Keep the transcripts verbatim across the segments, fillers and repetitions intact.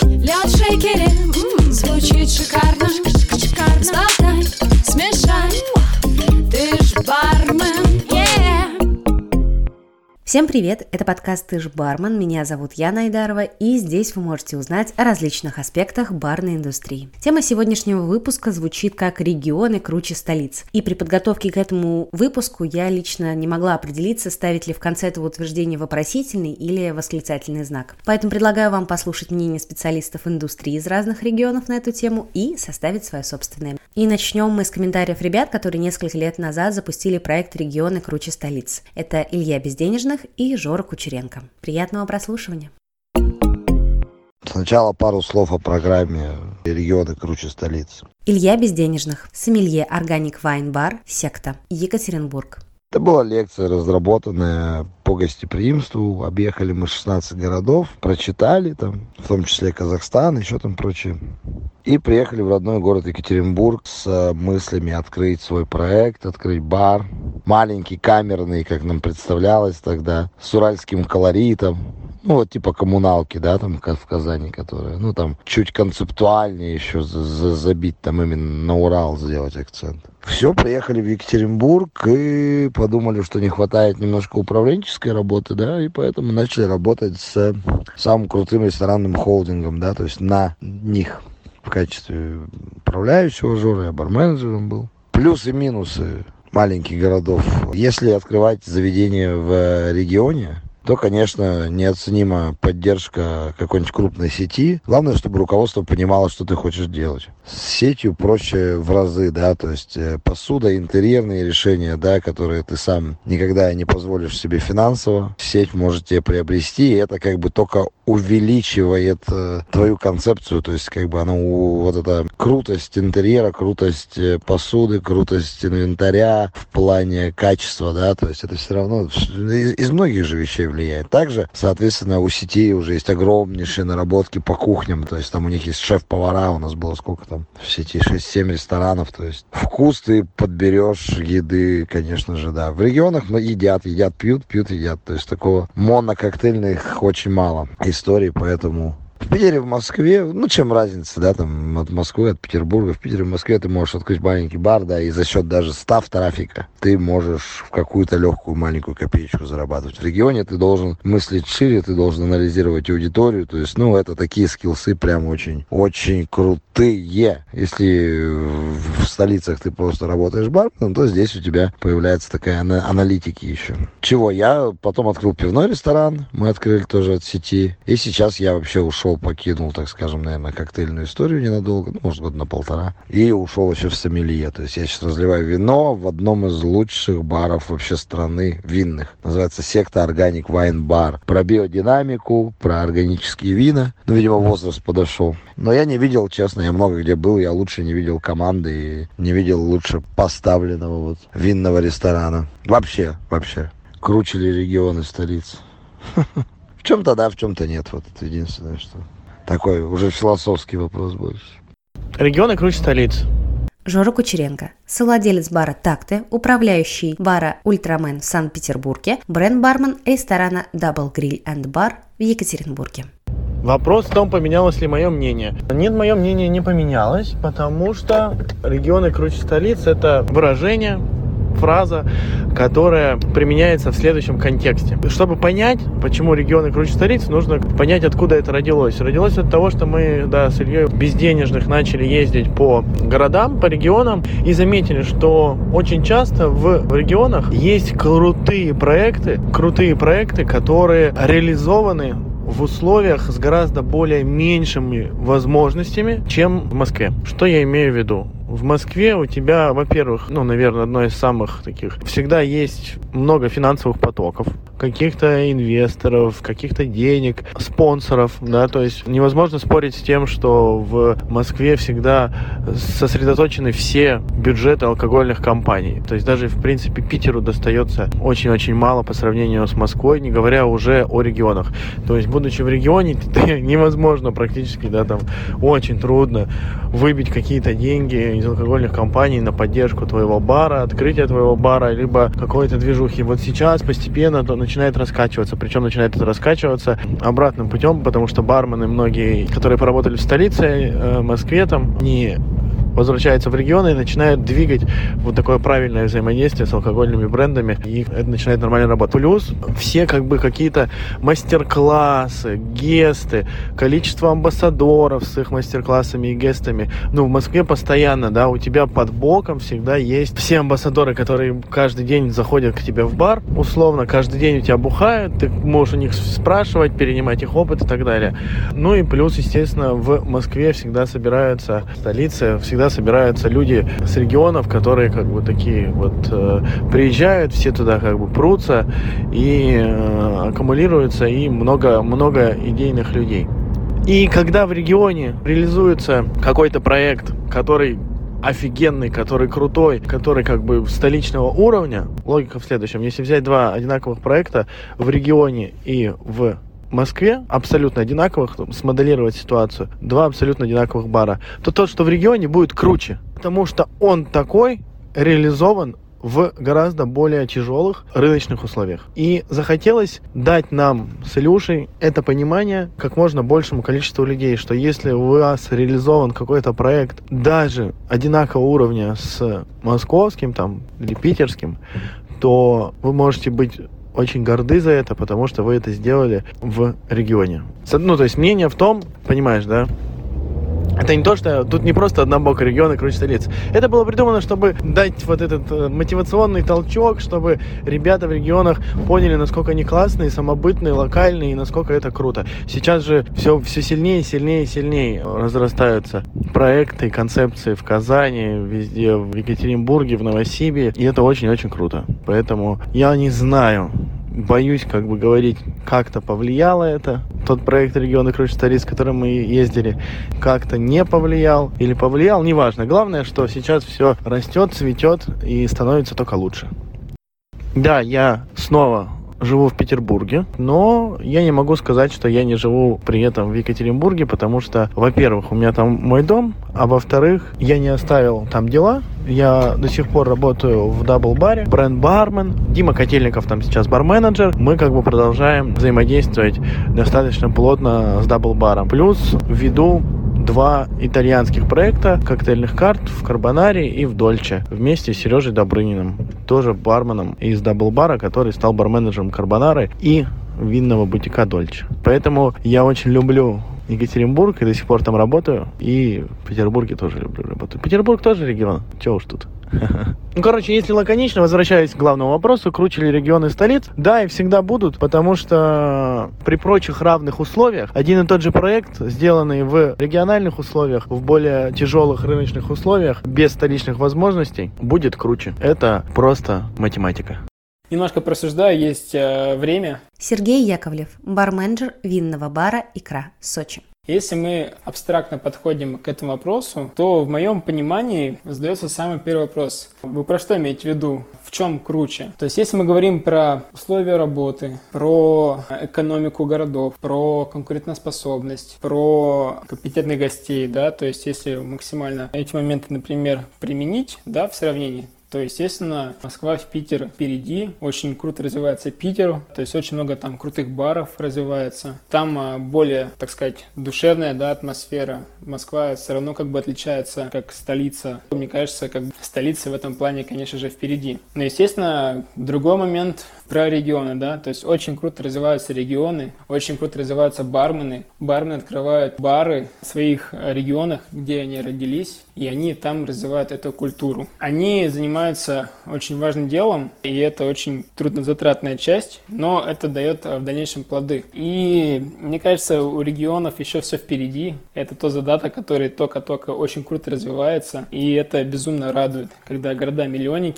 Лед в шейкере, м-м, звучит шикарно. Сболтай, смешай, ты ж бармен, yeah. Всем привет, это подкаст «Ты ж бармен», меня зовут Яна Айдарова, и здесь вы можете узнать о различных аспектах барной индустрии. Тема сегодняшнего выпуска звучит как «Регионы круче столиц». И при подготовке к этому выпуску я лично не могла определиться, ставить ли в конце этого утверждения вопросительный или восклицательный знак. Поэтому предлагаю вам послушать мнение специалистов индустрии из разных регионов на эту тему и составить свое собственное. И начнем мы с комментариев ребят, которые несколько лет назад запустили проект «Регионы круче столиц». Это Илья Безденежных и Жора Кучеренко. Приятного прослушивания. Сначала пару слов о программе «Регионы круче столиц». Илья Безденежных, сомелье Organic Wine Bar, Секта, Екатеринбург. Это была лекция, разработанная по гостеприимству. Объехали мы шестнадцать городов, прочитали там, в том числе Казахстан, еще там прочее. И приехали в родной город Екатеринбург с мыслями открыть свой проект, открыть бар. Маленький, камерный, как нам представлялось тогда, с уральским колоритом. Ну, вот типа коммуналки, да, там в Казани, которая, ну, там чуть концептуальнее еще забить, там именно на Урал сделать акцент. Все, приехали в Екатеринбург и подумали, что не хватает немножко управленческой работы, да, и поэтому начали работать с самым крутым ресторанным холдингом, да, то есть на них в качестве управляющего. Жора, я барменеджером был. Плюсы и минусы маленьких городов. Если открывать заведение в регионе, то, конечно, неоценима поддержка какой-нибудь крупной сети. Главное, чтобы руководство понимало, что ты хочешь делать. С сетью проще в разы, да, то есть посуда, интерьерные решения, да, которые ты сам никогда не позволишь себе финансово. Сеть может тебе приобрести, и это как бы только увеличивает э, твою концепцию, то есть как бы она, вот эта крутость интерьера, крутость посуды, крутость инвентаря в плане качества, да, то есть это все равно из, из многих же вещей влияет. Также, соответственно, у сети уже есть огромнейшие наработки по кухням, то есть там у них есть шеф-повара, у нас было сколько там в сети, шесть-семь ресторанов, то есть вкус ты подберешь еды, конечно же, да. В регионах, ну, едят, едят, пьют, пьют, едят, то есть такого монококтейльных очень мало историй, поэтому в Питере, в Москве, ну, чем разница, да, там, от Москвы, от Петербурга. В Питере, в Москве ты можешь открыть маленький бар, да, и за счет даже став трафика ты можешь в какую-то легкую маленькую копеечку зарабатывать. В регионе ты должен мыслить шире, ты должен анализировать аудиторию, то есть, ну, это такие скиллсы прям очень, очень крутые. Если в столицах ты просто работаешь барменом, то здесь у тебя появляется такая ана- аналитики еще. Чего? Я потом открыл пивной ресторан, мы открыли тоже от сети, и сейчас я вообще ушел, покинул, так скажем, наверное, коктейльную историю ненадолго, ну, может, год на полтора, и ушел еще в сомелье. То есть я сейчас разливаю вино в одном из лучших баров вообще страны винных. Называется «Секта Organic Wine Bar». Про биодинамику, про органические вина. Ну, видимо, возраст подошел. Но я не видел, честно, я много где был, я лучше не видел команды и не видел лучше поставленного вот винного ресторана. Вообще, вообще. Круче ли регионы столиц? В чем-то да, в чем-то нет. Вот это единственное, что... Такой уже философский вопрос больше. Регионы круче столиц. Жора Кучеренко, совладелец бара «Такты», управляющий бара «Ультрамен» в Санкт-Петербурге, бренд-бармен ресторана «Double Grill and Bar» в Екатеринбурге. Вопрос в том, поменялось ли мое мнение. Нет, мое мнение не поменялось, потому что регионы круче столиц – это выражение, фраза, которая применяется в следующем контексте. Чтобы понять, почему регионы круче столиц, нужно понять, откуда это родилось. Родилось от того, что мы, да, с Ильей Безденежных начали ездить по городам, по регионам и заметили, что очень часто в регионах есть крутые проекты, крутые проекты, которые реализованы в условиях с гораздо более меньшими возможностями, чем в Москве. Что я имею в виду? В Москве у тебя, во-первых, ну, наверное, одно из самых таких, всегда есть много финансовых потоков, каких-то инвесторов, каких-то денег, спонсоров, да, то есть невозможно спорить с тем, что в Москве всегда сосредоточены все бюджеты алкогольных компаний. То есть даже, в принципе, Питеру достается очень-очень мало по сравнению с Москвой, не говоря уже о регионах. То есть, будучи в регионе, невозможно практически, да, там очень трудно выбить какие-то деньги безалкогольных компаний на поддержку твоего бара, открытия твоего бара, либо какой-то движухи. Вот сейчас постепенно то начинает раскачиваться, причем начинает это раскачиваться обратным путем, потому что бармены многие, которые поработали в столице, э, Москве, там, они возвращаются в регионы и начинают двигать вот такое правильное взаимодействие с алкогольными брендами, и это начинает нормально работать. Плюс все как бы какие-то мастер-классы, гесты, количество амбассадоров с их мастер-классами и гестами. Ну, в Москве постоянно, да, у тебя под боком всегда есть все амбассадоры, которые каждый день заходят к тебе в бар, условно, каждый день у тебя бухают, ты можешь у них спрашивать, перенимать их опыт и так далее. Ну и плюс, естественно, в Москве всегда собираются, в столице всегда собираются люди с регионов, которые как бы такие вот э, приезжают, все туда как бы прутся и э, аккумулируются, и много-много идейных людей. И когда в регионе реализуется какой-то проект, который офигенный, который крутой, который как бы столичного уровня, логика в следующем. Если взять два одинаковых проекта в регионе и в Москве, абсолютно одинаковых, смоделировать ситуацию, два абсолютно одинаковых бара, то тот, что в регионе, будет круче, потому что он такой реализован в гораздо более тяжелых рыночных условиях. И захотелось дать нам с Илюшей это понимание как можно большему количеству людей, что если у вас реализован какой-то проект даже одинакового уровня с московским там или питерским, то вы можете быть очень горды за это, потому что вы это сделали в регионе. Ну, то есть мнение в том, понимаешь, да? Это не то, что тут не просто однобокий регион и круче столицы. Это было придумано, чтобы дать вот этот э, мотивационный толчок, чтобы ребята в регионах поняли, насколько они классные, самобытные, локальные, и насколько это круто. Сейчас же все, все сильнее, сильнее, сильнее разрастаются проекты, концепции в Казани, везде, в Екатеринбурге, в Новосибе, и это очень-очень круто. Поэтому я не знаю, боюсь как бы говорить, как-то повлияло это. Тот проект «Регионы круче столиц», с которым мы ездили, как-то не повлиял или повлиял, неважно. Главное, что сейчас все растет, цветет и становится только лучше. Да, я снова живу в Петербурге, но я не могу сказать, что я не живу при этом в Екатеринбурге, потому что, во-первых, у меня там мой дом, а во-вторых, я не оставил там дела. Я до сих пор работаю в дабл-баре, бренд-бармен. Дима Котельников там сейчас бар-менеджер. Мы как бы продолжаем взаимодействовать достаточно плотно с дабл-баром. Плюс веду два итальянских проекта коктейльных карт в Карбонаре и в Дольче вместе с Сережей Добрыниным, тоже барменом из дабл-бара, который стал бар-менеджером Карбонары и винного бутика Дольче. Поэтому я очень люблю Екатеринбург и до сих пор там работаю. И в Петербурге тоже люблю работать. Петербург тоже регион. Чего уж тут. Ну, короче, если лаконично, возвращаясь к главному вопросу, круче ли регионы столиц? Да, и всегда будут, потому что при прочих равных условиях один и тот же проект, сделанный в региональных условиях, в более тяжелых рыночных условиях, без столичных возможностей, будет круче. Это просто математика. Немножко просуждаю, есть э, время. Сергей Яковлев, бар-менеджер винного бара «Икра», Сочи. Если мы абстрактно подходим к этому вопросу, то в моем понимании задается самый первый вопрос. Вы про что имеете в виду? В чем круче? То есть если мы говорим про условия работы, про экономику городов, про конкурентоспособность, про компетентных гостей, да, то есть если максимально эти моменты, например, применить, да, в сравнении, то, естественно, Москва в Питер впереди, очень круто развивается Питер, то есть очень много там крутых баров развивается. Там более, так сказать, душевная, да, атмосфера. Москва все равно как бы отличается как столица. Мне кажется, как бы столица в этом плане, конечно же, впереди. Но, естественно, другой момент про регионы, да, то есть очень круто развиваются регионы, очень круто развиваются бармены. Бармены открывают бары в своих регионах, где они родились, и они там развивают эту культуру. Они занимаются очень важным делом, и это очень труднозатратная часть, но это дает в дальнейшем плоды. И мне кажется, у регионов еще все впереди. Это тот задаток, который только-только очень круто развивается, и это безумно радует, когда города-миллионники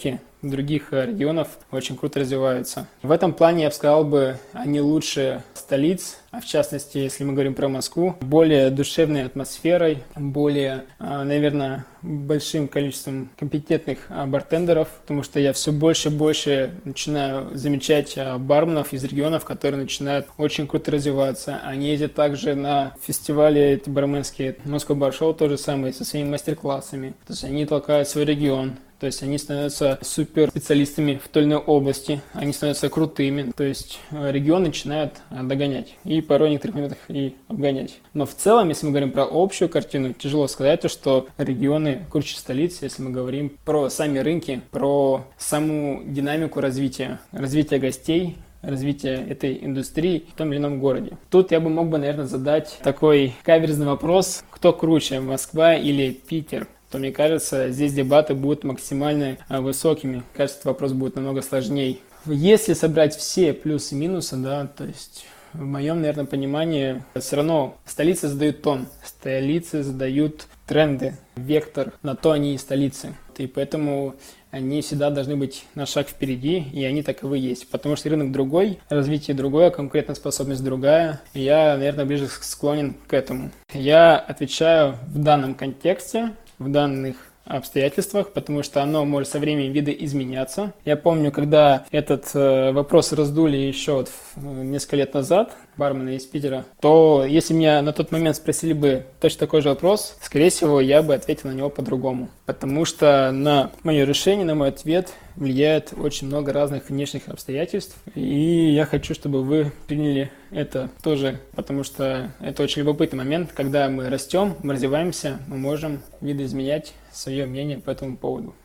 других регионов очень круто развиваются. В этом плане, я бы сказал бы, они лучше столиц, а в частности, если мы говорим про Москву, более душевной атмосферой, более, наверное, большим количеством компетентных бартендеров, потому что я все больше и больше начинаю замечать барменов из регионов, которые начинают очень круто развиваться. Они ездят также на фестивали эти барменские, Moscow Bar Show, то же самое, со своими мастер-классами. То есть они толкают свой регион. То есть они становятся супер специалистами в той или иной области, они становятся крутыми, то есть регион начинает догонять и порой в некоторых моментах и обгонять. Но в целом, если мы говорим про общую картину, тяжело сказать, что регионы круче столиц, если мы говорим про сами рынки, про саму динамику развития, развития гостей, развития этой индустрии в том или ином городе. Тут я бы мог бы, наверное, задать такой каверзный вопрос, кто круче, Москва или Питер? То, мне кажется, здесь дебаты будут максимально высокими. Кажется, этот вопрос будет намного сложнее. Если собрать все плюсы и минусы, да, то есть в моем, наверное, понимании, все равно столицы задают тон, столицы задают тренды, вектор, на то они и столицы. И поэтому они всегда должны быть на шаг впереди, и они таковы есть. Потому что рынок другой, развитие другое, конкурентоспособность другая. И я, наверное, ближе склонен к этому. Я отвечаю в данном контексте, в данных обстоятельствах, потому что оно может со временем видоизменяться. Я помню, когда этот э, вопрос раздули еще вот, э, несколько лет назад, бармены из Питера, то если меня на тот момент спросили бы точно такой же вопрос, скорее всего, я бы ответил на него по-другому. Потому что на мое решение, на мой ответ влияет очень много разных внешних обстоятельств. И я хочу, чтобы вы приняли это тоже, потому что это очень любопытный момент, когда мы растем, мы развиваемся, мы можем видоизменять свое мнение по этому поводу.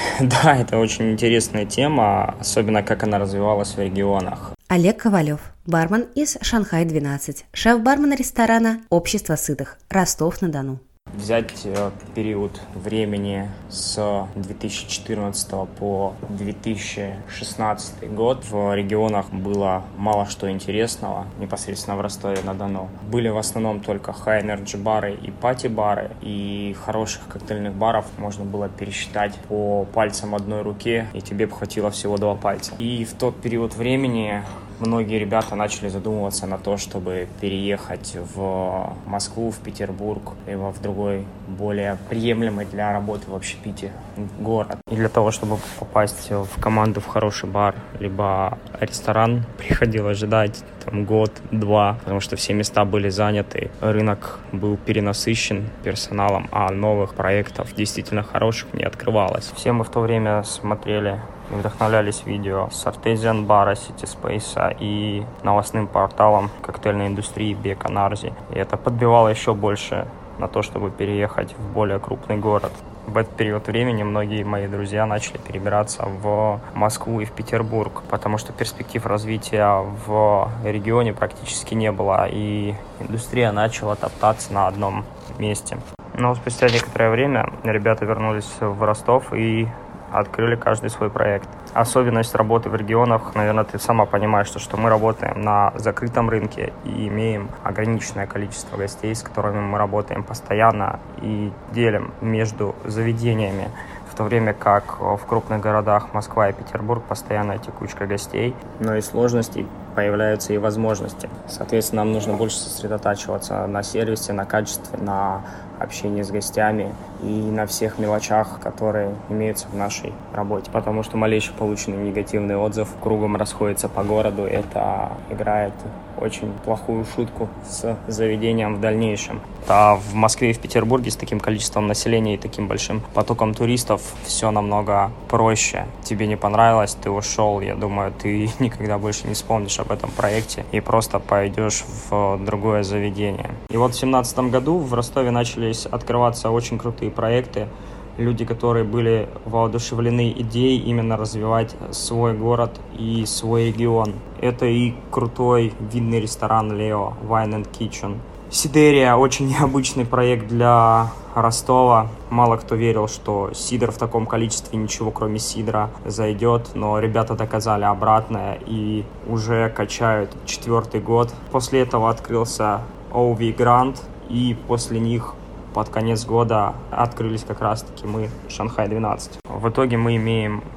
Да, это очень интересная тема, особенно как она развивалась в регионах. Олег Ковалев, бармен из Шанхай двенадцать, шеф-бармен ресторана «Общество сытых», Ростов-на-Дону. Взять период времени с две тысячи четырнадцатого по две тысячи шестнадцатый год в регионах было мало что интересного, непосредственно в Ростове-на-Дону. Были в основном только high-energy бары и пати-бары, и хороших коктейльных баров можно было пересчитать по пальцам одной руки, и тебе бы хватило всего два пальца. И в тот период времени многие ребята начали задумываться на то, чтобы переехать в Москву, в Петербург, либо в другой, более приемлемый для работы в общепите город. И для того, чтобы попасть в команду в хороший бар, либо ресторан, приходилось ждать там, год-два, потому что все места были заняты, рынок был перенасыщен персоналом, а новых проектов действительно хороших не открывалось. Все мы в то время смотрели и вдохновлялись видео с Artesian бара, City Space и новостным порталом коктейльной индустрии Бека Нарзи. И это подбивало еще больше на то, чтобы переехать в более крупный город. В этот период времени многие мои друзья начали перебираться в Москву и в Петербург, потому что перспектив развития в регионе практически не было, и индустрия начала топтаться на одном месте. Но спустя некоторое время ребята вернулись в Ростов и открыли каждый свой проект. Особенность работы в регионах, наверное, ты сама понимаешь, что, что мы работаем на закрытом рынке и имеем ограниченное количество гостей, с которыми мы работаем постоянно и делим между заведениями, в то время как в крупных городах Москва и Петербург постоянная текучка гостей, но и сложности появляются и возможности. Соответственно, нам нужно больше сосредотачиваться на сервисе, на качестве, на общении с гостями и на всех мелочах, которые имеются в нашей работе. Потому что малейший полученный негативный отзыв кругом расходится по городу. Это играет очень плохую шутку с заведением в дальнейшем. А в Москве и в Петербурге с таким количеством населения и таким большим потоком туристов все намного проще. Тебе не понравилось, ты ушел, я думаю, ты никогда больше не вспомнишь об этом проекте и просто пойдешь в другое заведение. И вот в две тысячи семнадцатом году в Ростове начались открываться очень крутые проекты. Люди, которые были воодушевлены идеей именно развивать свой город и свой регион. Это и крутой винный ресторан Leo Wine and Kitchen. Сидерия – очень необычный проект для Ростова. Мало кто верил, что сидр в таком количестве, ничего кроме сидра, зайдет, но ребята доказали обратное и уже качают четвертый год. После этого открылся о ви Grand, и после них под конец года открылись как раз-таки мы, Шанхай двенадцать. В итоге мы имеем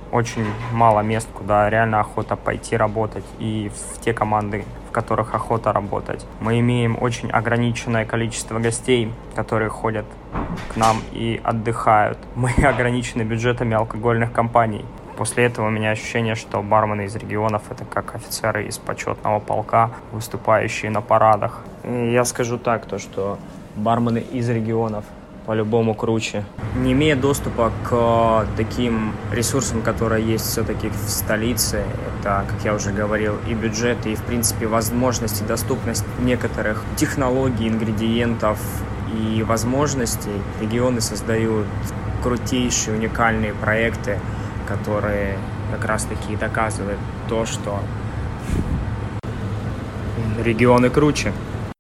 очень мало мест, куда реально охота пойти работать, и в те команды, в которых охота работать. Мы имеем очень ограниченное количество гостей, которые ходят к нам и отдыхают. Мы ограничены бюджетами алкогольных компаний. После этого у меня ощущение, что бармены из регионов — это как офицеры из почетного полка, выступающие на парадах. И я скажу так, то, что бармены из регионов по-любому круче. Не имея доступа к таким ресурсам, которые есть все-таки в столице, это, как я уже говорил, и бюджет, и, в принципе, возможности, доступность некоторых технологий, ингредиентов и возможностей, регионы создают крутейшие, уникальные проекты, которые как раз-таки доказывают то, что регионы круче.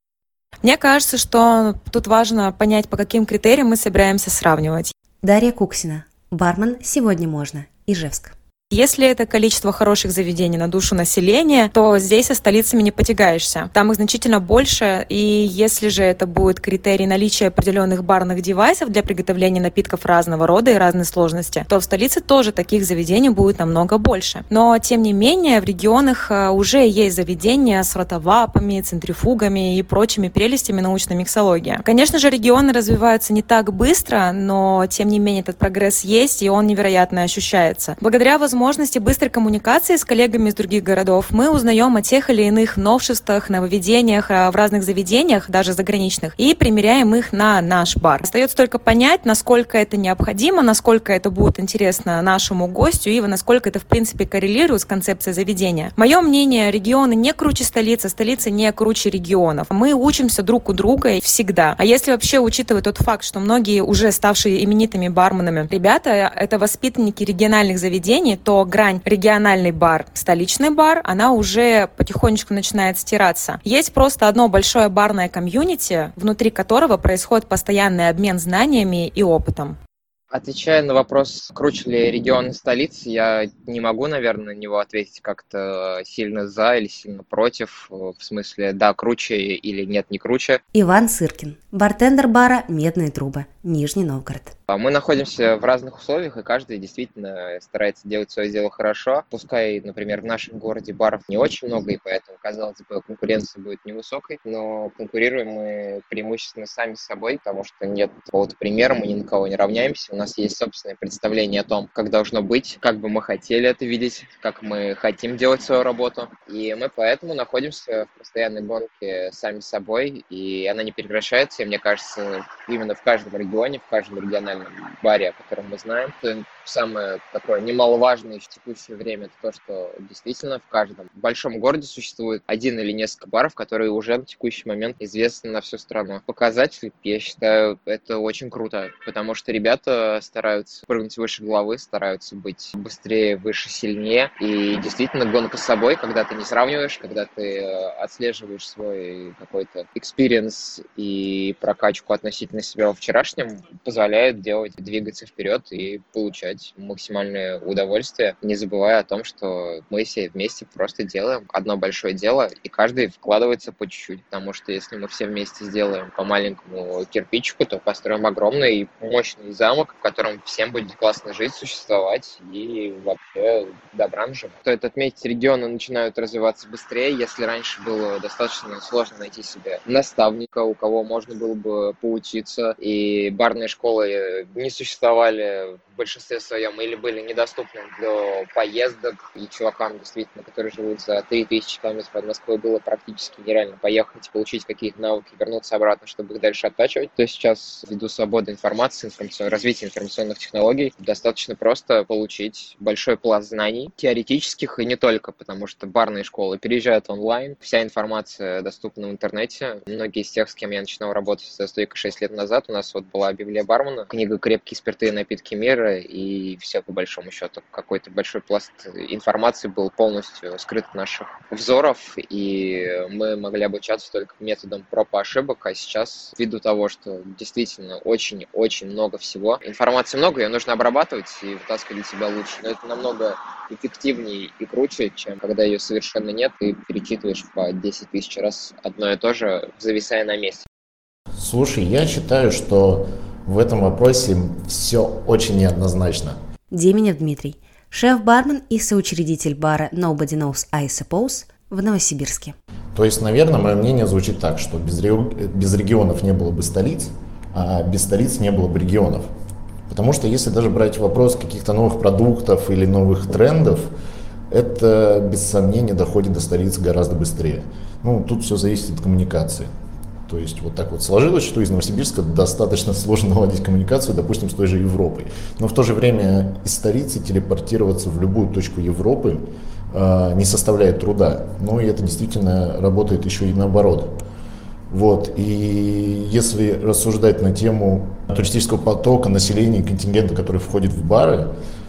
Мне кажется, что тут важно понять, по каким критериям мы собираемся сравнивать. Дарья Куксина, бармен «Сегодня можно», Ижевск. Если это количество хороших заведений на душу населения, то здесь со столицами не потягаешься. Там их значительно больше, и если же это будет критерий наличия определенных барных девайсов для приготовления напитков разного рода и разной сложности, то в столице тоже таких заведений будет намного больше. Но, тем не менее, в регионах уже есть заведения с ротовапами, центрифугами и прочими прелестями научной миксологии. Конечно же, регионы развиваются не так быстро, но, тем не менее, этот прогресс есть, и он невероятно ощущается. Благодаря возможности возможности быстрой коммуникации с коллегами из других городов мы узнаем о тех или иных новшествах, нововведениях в разных заведениях, даже заграничных, и примеряем их на наш бар. Остается только понять, насколько это необходимо, насколько это будет интересно нашему гостю и насколько это, в принципе, коррелирует с концепцией заведения. Мое мнение, регионы не круче столицы, столица не круче регионов. Мы учимся друг у друга всегда. А если вообще учитывать тот факт, что многие уже ставшие именитыми барменами ребята, это воспитанники региональных заведений, то то грань региональный бар, столичный бар, она уже потихонечку начинает стираться. Есть просто одно большое барное комьюнити, внутри которого происходит постоянный обмен знаниями и опытом. Отвечая на вопрос, круче ли регион столицы, я не могу, наверное, на него ответить как-то сильно за или сильно против. В смысле, да, круче или нет, не круче. Иван Сыркин, бартендер бара «Медные трубы», Нижний Новгород. Мы находимся в разных условиях, и каждый действительно старается делать свое дело хорошо. Пускай, например, в нашем городе баров не очень много, и поэтому, казалось бы, конкуренция будет невысокой, но конкурируем мы преимущественно сами с собой, потому что нет какого-то примера, мы ни на кого не равняемся. У нас есть собственное представление о том, как должно быть, как бы мы хотели это видеть, как мы хотим делать свою работу. И мы поэтому находимся в постоянной гонке сами с собой, и она не прекращается, и мне кажется, именно в каждом регионе, в каждом региональном баре, о котором мы знаем. Самое такое немаловажное в текущее время — это то, что действительно в каждом большом городе существует один или несколько баров, которые уже на текущий момент известны на всю страну. Показатель, я считаю, это очень круто, потому что ребята стараются прыгнуть выше головы, стараются быть быстрее, выше, сильнее. И действительно гонка с собой, когда ты не сравниваешь, когда ты отслеживаешь свой какой-то экспириенс и прокачку относительно себя во вчерашнем, позволяет делать, двигаться вперед и получать максимальное удовольствие, не забывая о том, что мы все вместе просто делаем одно большое дело, и каждый вкладывается по чуть-чуть, потому что если мы все вместе сделаем по маленькому кирпичику, то построим огромный и мощный замок, в котором всем будет классно жить, существовать и вообще добра наживать. Стоит отметить, регионы начинают развиваться быстрее. Если раньше было достаточно сложно найти себе наставника, у кого можно было бы поучиться, и барные школы не существовали в большинстве своем или были недоступны для поездок, и чувакам, действительно, которые живут за три тысячи километров от Москвы, было практически нереально поехать, получить какие-то навыки, вернуться обратно, чтобы их дальше оттачивать. То сейчас, ввиду свободы информации, информационного развития информационных технологий, достаточно просто получить большой пласт знаний, теоретических и не только, потому что барные школы переезжают онлайн, вся информация доступна в интернете. Многие из тех, с кем я начинал работать за стойкой шесть лет назад, у нас вот была Библия бармена, книга «Крепкие спиртные напитки мира», и все по большому счету. Какой-то большой пласт информации был полностью скрыт от наших взоров, и мы могли обучаться только методом проб и ошибок, а сейчас, ввиду того, что действительно очень-очень много всего, информации много, ее нужно обрабатывать и вытаскивать для себя лучше, но это намного эффективнее и круче, чем когда ее совершенно нет, и перечитываешь по десять тысяч раз одно и то же, зависая на месте. Слушай, я считаю, что в этом вопросе все очень неоднозначно. Деменев Дмитрий, шеф-бармен и соучредитель бара Nobody Knows I Suppose в Новосибирске. То есть, наверное, мое мнение звучит так, что без, ре... без регионов не было бы столиц, а без столиц не было бы регионов. Потому что если даже брать вопрос каких-то новых продуктов или новых трендов, это без сомнения доходит до столиц гораздо быстрее. Ну, тут все зависит от коммуникации. То есть вот так вот сложилось, что из Новосибирска достаточно сложно наладить коммуникацию, допустим, с той же Европой. Но в то же время из столицы телепортироваться в любую точку Европы э, не составляет труда. Ну и это действительно работает еще и наоборот. Вот. И если рассуждать на тему туристического потока, населения и контингента, который входит в бары,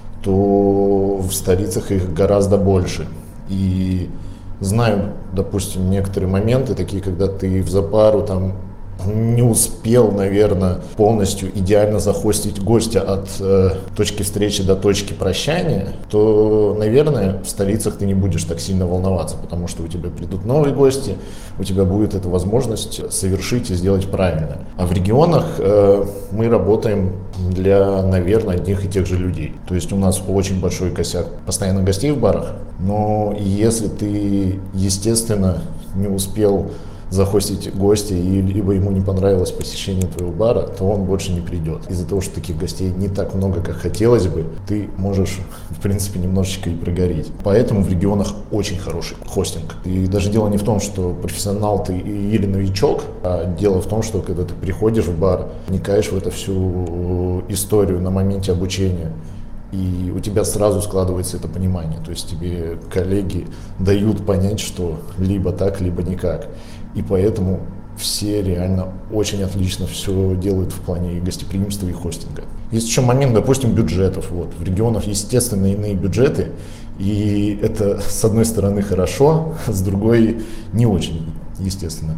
то в столицах их гораздо больше. И знаю, допустим, некоторые моменты, такие, когда ты в запару там не успел, наверное, полностью идеально захостить гостя от э, точки встречи до точки прощания, то, наверное, в столицах ты не будешь так сильно волноваться, потому что у тебя придут новые гости, у тебя будет эта возможность совершить и сделать правильно. А в регионах э, мы работаем для, наверное, одних и тех же людей. То есть у нас очень большой косяк постоянно гостей в барах, но если ты, естественно, не успел захостить гостя, и либо ему не понравилось посещение твоего бара, то он больше не придет. Из-за того, что таких гостей не так много, как хотелось бы, ты можешь, в принципе, немножечко и прогореть. Поэтому в регионах очень хороший хостинг. И даже дело не в том, что профессионал ты или новичок, а дело в том, что когда ты приходишь в бар, вникаешь в эту всю историю на моменте обучения, и у тебя сразу складывается это понимание. То есть тебе коллеги дают понять, что либо так, либо никак. И поэтому все реально очень отлично все делают в плане и гостеприимства, и хостинга. Есть еще момент, допустим, бюджетов. Вот. В регионах, естественно, иные бюджеты. И это, с одной стороны, хорошо, с другой не очень, естественно.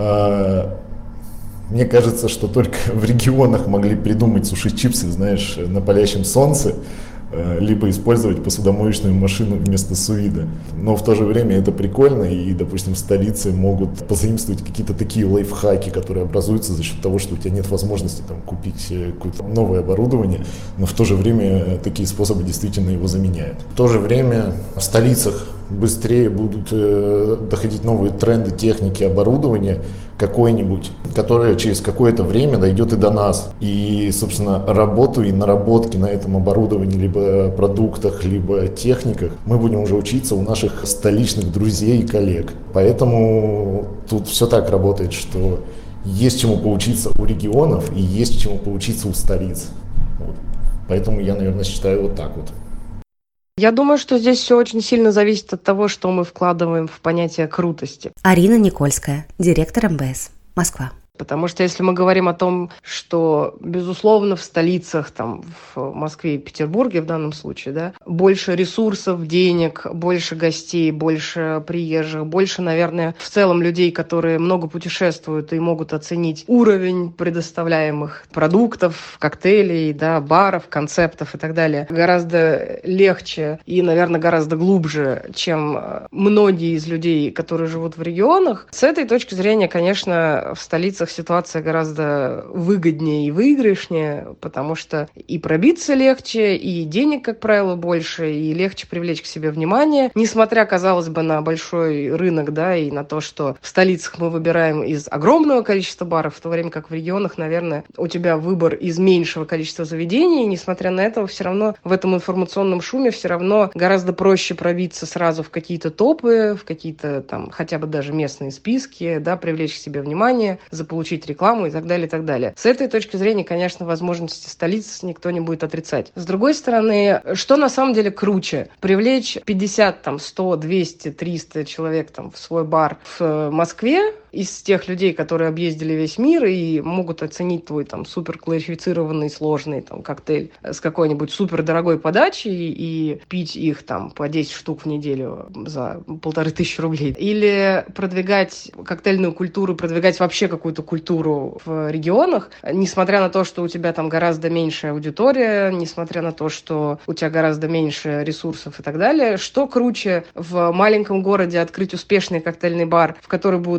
Мне кажется, что только в регионах могли придумать суши-чипсы, знаешь, на палящем солнце, либо использовать посудомоечную машину вместо сувида. Но в то же время это прикольно, и, допустим, в столице могут позаимствовать какие-то такие лайфхаки, которые образуются за счет того, что у тебя нет возможности там, купить какое-то новое оборудование, но в то же время такие способы действительно его заменяют. В то же время в столицах быстрее будут э, доходить новые тренды техники, оборудования какой-нибудь, которое через какое-то время дойдет и до нас. И, собственно, работу и наработки на этом оборудовании, либо продуктах, либо техниках мы будем уже учиться у наших столичных друзей и коллег. Поэтому тут все так работает, что есть чему поучиться у регионов и есть чему поучиться у столиц. Вот. Поэтому я, наверное, считаю вот так вот. Я думаю, что здесь все очень сильно зависит от того, что мы вкладываем в понятие крутости. Арина Никольская, директор эм бэ эс, Москва. Потому что если мы говорим о том, что, безусловно, в столицах, там, в Москве и Петербурге в данном случае, да, больше ресурсов, денег, больше гостей, больше приезжих, больше, наверное, в целом людей, которые много путешествуют и могут оценить уровень предоставляемых продуктов, коктейлей, да, баров, концептов и так далее, гораздо легче и, наверное, гораздо глубже, чем многие из людей, которые живут в регионах. С этой точки зрения, конечно, в столицах ситуация гораздо выгоднее и выигрышнее, потому что и пробиться легче, и денег, как правило, больше, и легче привлечь к себе внимание. Несмотря, казалось бы, на большой рынок, да, и на то, что в столицах мы выбираем из огромного количества баров, в то время как в регионах, наверное, у тебя выбор из меньшего количества заведений, и несмотря на это, все равно в этом информационном шуме все равно гораздо проще пробиться сразу в какие-то топы, в какие-то там хотя бы даже местные списки, да, привлечь к себе внимание, заполучить получить рекламу и так далее, и так далее. С этой точки зрения, конечно, возможности столиц никто не будет отрицать. С другой стороны, что на самом деле круче? Привлечь пятьдесят, там, сто, двести, триста человек там, в свой бар в Москве, из тех людей, которые объездили весь мир и могут оценить твой там супер классифицированный сложный там коктейль с какой-нибудь супер дорогой подачей и пить их там по десять штук в неделю за полторы тысячи рублей. Или продвигать коктейльную культуру, продвигать вообще какую-то культуру в регионах, несмотря на то, что у тебя там гораздо меньшая аудитория, несмотря на то, что у тебя гораздо меньше ресурсов и так далее. Что круче в маленьком городе открыть успешный коктейльный бар, в который будут приходить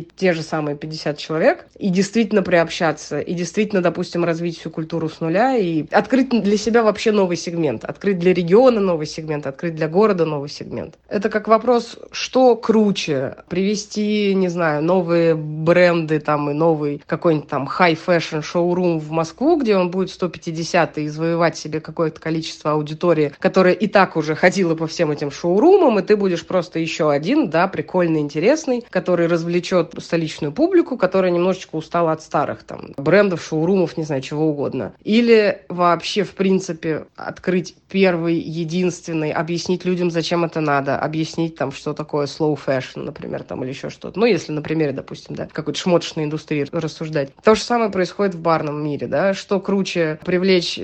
посадить те же самые пятьдесят человек и действительно приобщаться, и действительно, допустим, развить всю культуру с нуля, и открыть для себя вообще новый сегмент, открыть для региона новый сегмент, открыть для города новый сегмент. Это как вопрос, что круче, привести, не знаю, новые бренды там и новый какой-нибудь там high-fashion шоурум в Москву, где он будет сто пятьдесят, и завоевать себе какое-то количество аудитории, которая и так уже ходила по всем этим шоурумам, и ты будешь просто еще один, да, прикольный, интересный, который развлечет столичную публику, которая немножечко устала от старых там брендов, шоурумов, не знаю, чего угодно. Или вообще, в принципе, открыть первый, единственный, объяснить людям, зачем это надо, объяснить там, что такое slow fashion, например, там, или еще что-то. Ну, если на примере, допустим, да, какой-то шмоточной индустрии рассуждать. То же самое происходит в барном мире, да, что круче привлечь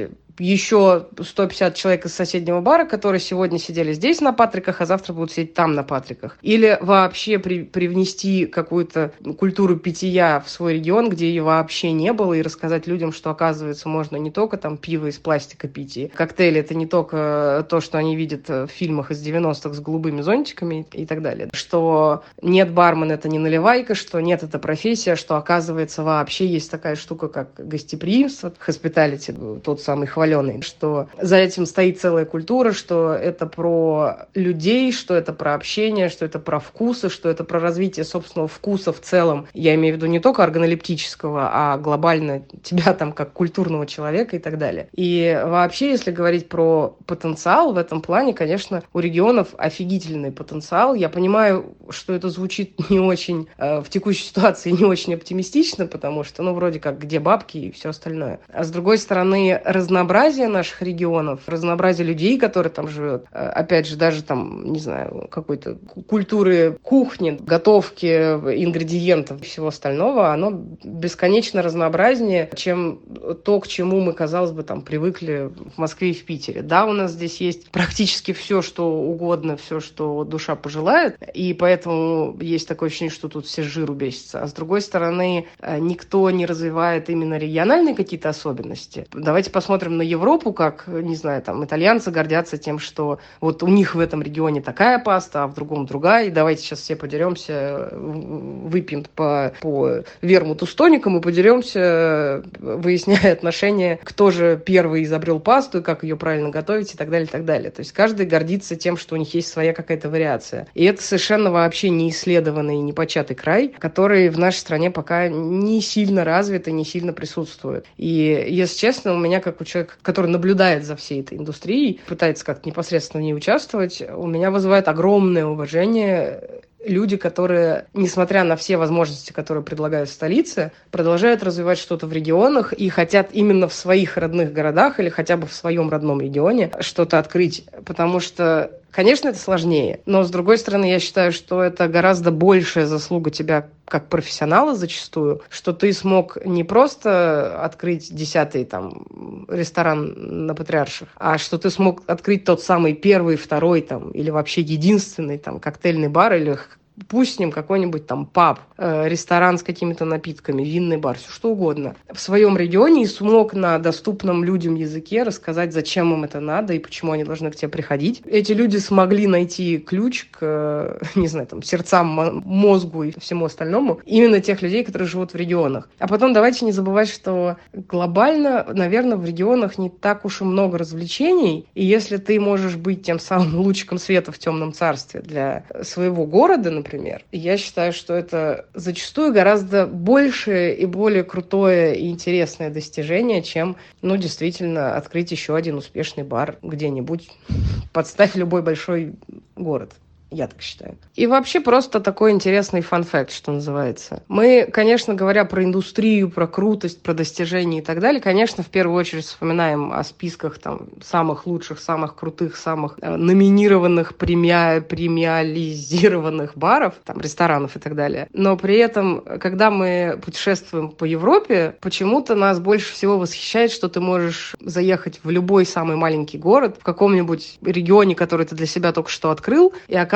еще сто пятьдесят человек из соседнего бара, которые сегодня сидели здесь на Патриках, а завтра будут сидеть там на Патриках. Или вообще при, привнести какую-то культуру питья в свой регион, где ее вообще не было, и рассказать людям, что, оказывается, можно не только там пиво из пластика пить, и коктейли — это не только то, что они видят в фильмах из девяностых с голубыми зонтиками и так далее. Что нет, бармен — это не наливайка, что нет, это профессия, что, оказывается, вообще есть такая штука, как гостеприимство, hospitality, тот самый хваленый, что за этим стоит целая культура, что это про людей, что это про общение, что это про вкусы, что это про развитие собственного вкуса в целом. Я имею в виду не только органолептического, а глобально тебя там как культурного человека и так далее. И вообще, если говорить про потенциал в этом плане, конечно, у регионов офигительный потенциал. Я понимаю, что это звучит не очень э, в текущей ситуации не очень оптимистично, потому что, ну, вроде как, где бабки и все остальное. А с другой стороны, разнообразие наших регионов, разнообразие людей, которые там живут, опять же, даже там, не знаю, какой-то культуры кухни, готовки, ингредиентов и всего остального, оно бесконечно разнообразнее, чем то, к чему мы, казалось бы, там привыкли в Москве и в Питере. Да, у нас здесь есть практически все, что угодно, все, что душа пожелает, и поэтому есть такое ощущение, что тут все с жиру бесятся. А с другой стороны, никто не развивает именно региональные какие-то особенности. Давайте посмотрим на Европу, как, не знаю, там, итальянцы гордятся тем, что вот у них в этом регионе такая паста, а в другом другая, и давайте сейчас все подеремся, выпьем по, по вермуту с тоником и подеремся, выясняя отношения, кто же первый изобрел пасту, и как ее правильно готовить, и так далее, и так далее. То есть каждый гордится тем, что у них есть своя какая-то вариация. И это совершенно вообще не исследованный, не початый край, который в нашей стране пока не сильно развит и не сильно присутствует. И, если честно, у меня, как у человека, который наблюдает за всей этой индустрией, пытается как-то непосредственно в ней участвовать, у меня вызывает огромное уважение люди, которые, несмотря на все возможности, которые предлагают в столице, продолжают развивать что-то в регионах и хотят именно в своих родных городах или хотя бы в своем родном регионе что-то открыть. Потому что, конечно, это сложнее, но, с другой стороны, я считаю, что это гораздо большая заслуга тебя как профессионала зачастую, что ты смог не просто открыть десятый там ресторан на Патриарших, а что ты смог открыть тот самый первый, второй там, или вообще единственный там коктейльный бар, или пусть с ним какой-нибудь там паб, э, ресторан с какими-то напитками, винный бар, все что угодно, в своем регионе и смог на доступном людям языке рассказать, зачем им это надо и почему они должны к тебе приходить. Эти люди смогли найти ключ к, э, не знаю, там, сердцам, мозгу и всему остальному именно тех людей, которые живут в регионах. А потом давайте не забывать, что глобально, наверное, в регионах не так уж и много развлечений, и если ты можешь быть тем самым лучиком света в темном царстве для своего города, например, Например. Я считаю, что это зачастую гораздо большее и более крутое и интересное достижение, чем, ну, действительно, открыть еще один успешный бар где-нибудь. Подставь любой большой город. Я так считаю. И вообще просто такой интересный фан-факт, что называется. Мы, конечно, говоря про индустрию, про крутость, про достижения и так далее, конечно, в первую очередь вспоминаем о списках там самых лучших, самых крутых, самых э, номинированных, премия, премиализированных баров, там, ресторанов и так далее. Но при этом, когда мы путешествуем по Европе, почему-то нас больше всего восхищает, что ты можешь заехать в любой самый маленький город, в каком-нибудь регионе, который ты для себя только что открыл, и оказывается,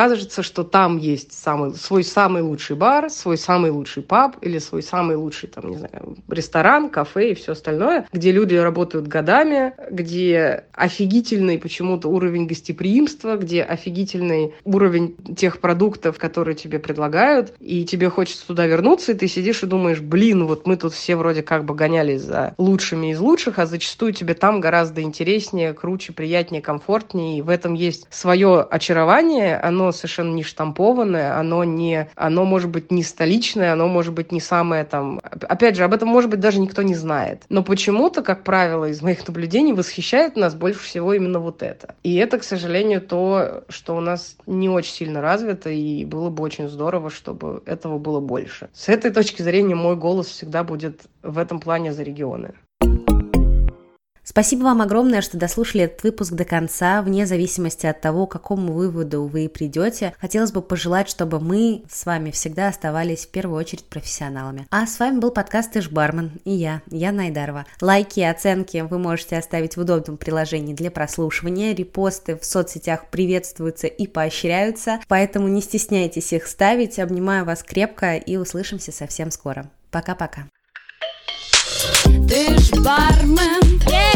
кажется, что там есть самый, свой самый лучший бар, свой самый лучший паб или свой самый лучший, там, не знаю, ресторан, кафе и все остальное, где люди работают годами, где офигительный почему-то уровень гостеприимства, где офигительный уровень тех продуктов, которые тебе предлагают, и тебе хочется туда вернуться, и ты сидишь и думаешь, блин, вот мы тут все вроде как бы гонялись за лучшими из лучших, а зачастую тебе там гораздо интереснее, круче, приятнее, комфортнее, и в этом есть свое очарование, оно совершенно не штампованное, оно не, оно может быть не столичное, оно может быть не самое там, опять же, об этом может быть даже никто не знает, но почему-то, как правило, из моих наблюдений восхищает нас больше всего именно вот это. И это, к сожалению, то, что у нас не очень сильно развито, и было бы очень здорово, чтобы этого было больше. С этой точки зрения мой голос всегда будет в этом плане за регионы. Спасибо вам огромное, что дослушали этот выпуск до конца. Вне зависимости от того, к какому выводу вы придете, хотелось бы пожелать, чтобы мы с вами всегда оставались в первую очередь профессионалами. А с вами был подкаст «Ты ж бармен» и я, Яна Айдарова. Лайки и оценки вы можете оставить в удобном приложении для прослушивания. Репосты в соцсетях приветствуются и поощряются, поэтому не стесняйтесь их ставить. Обнимаю вас крепко и услышимся совсем скоро. Пока-пока. Ты ж бармен, yeah!